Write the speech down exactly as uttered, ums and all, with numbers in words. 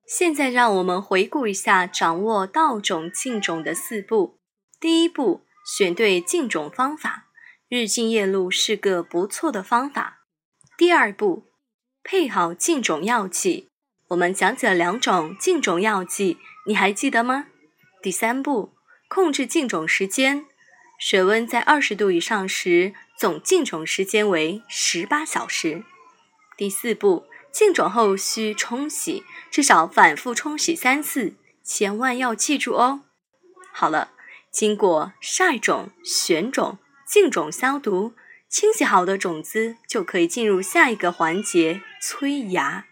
现在让我们回顾一下掌握稻种浸种的四步。第一步，选对浸种方法，日浸夜露是个不错的方法。第二步，配好浸种药剂，我们讲解了两种浸种药剂，你还记得吗？第三步，控制浸种时间，水温在二十度以上时，总浸种时间为十八小时。第四步，浸种后需冲洗，至少反复冲洗三次，千万要记住哦。好了，经过晒种、选种、浸种、消毒，清洗好的种子就可以进入下一个环节——催芽。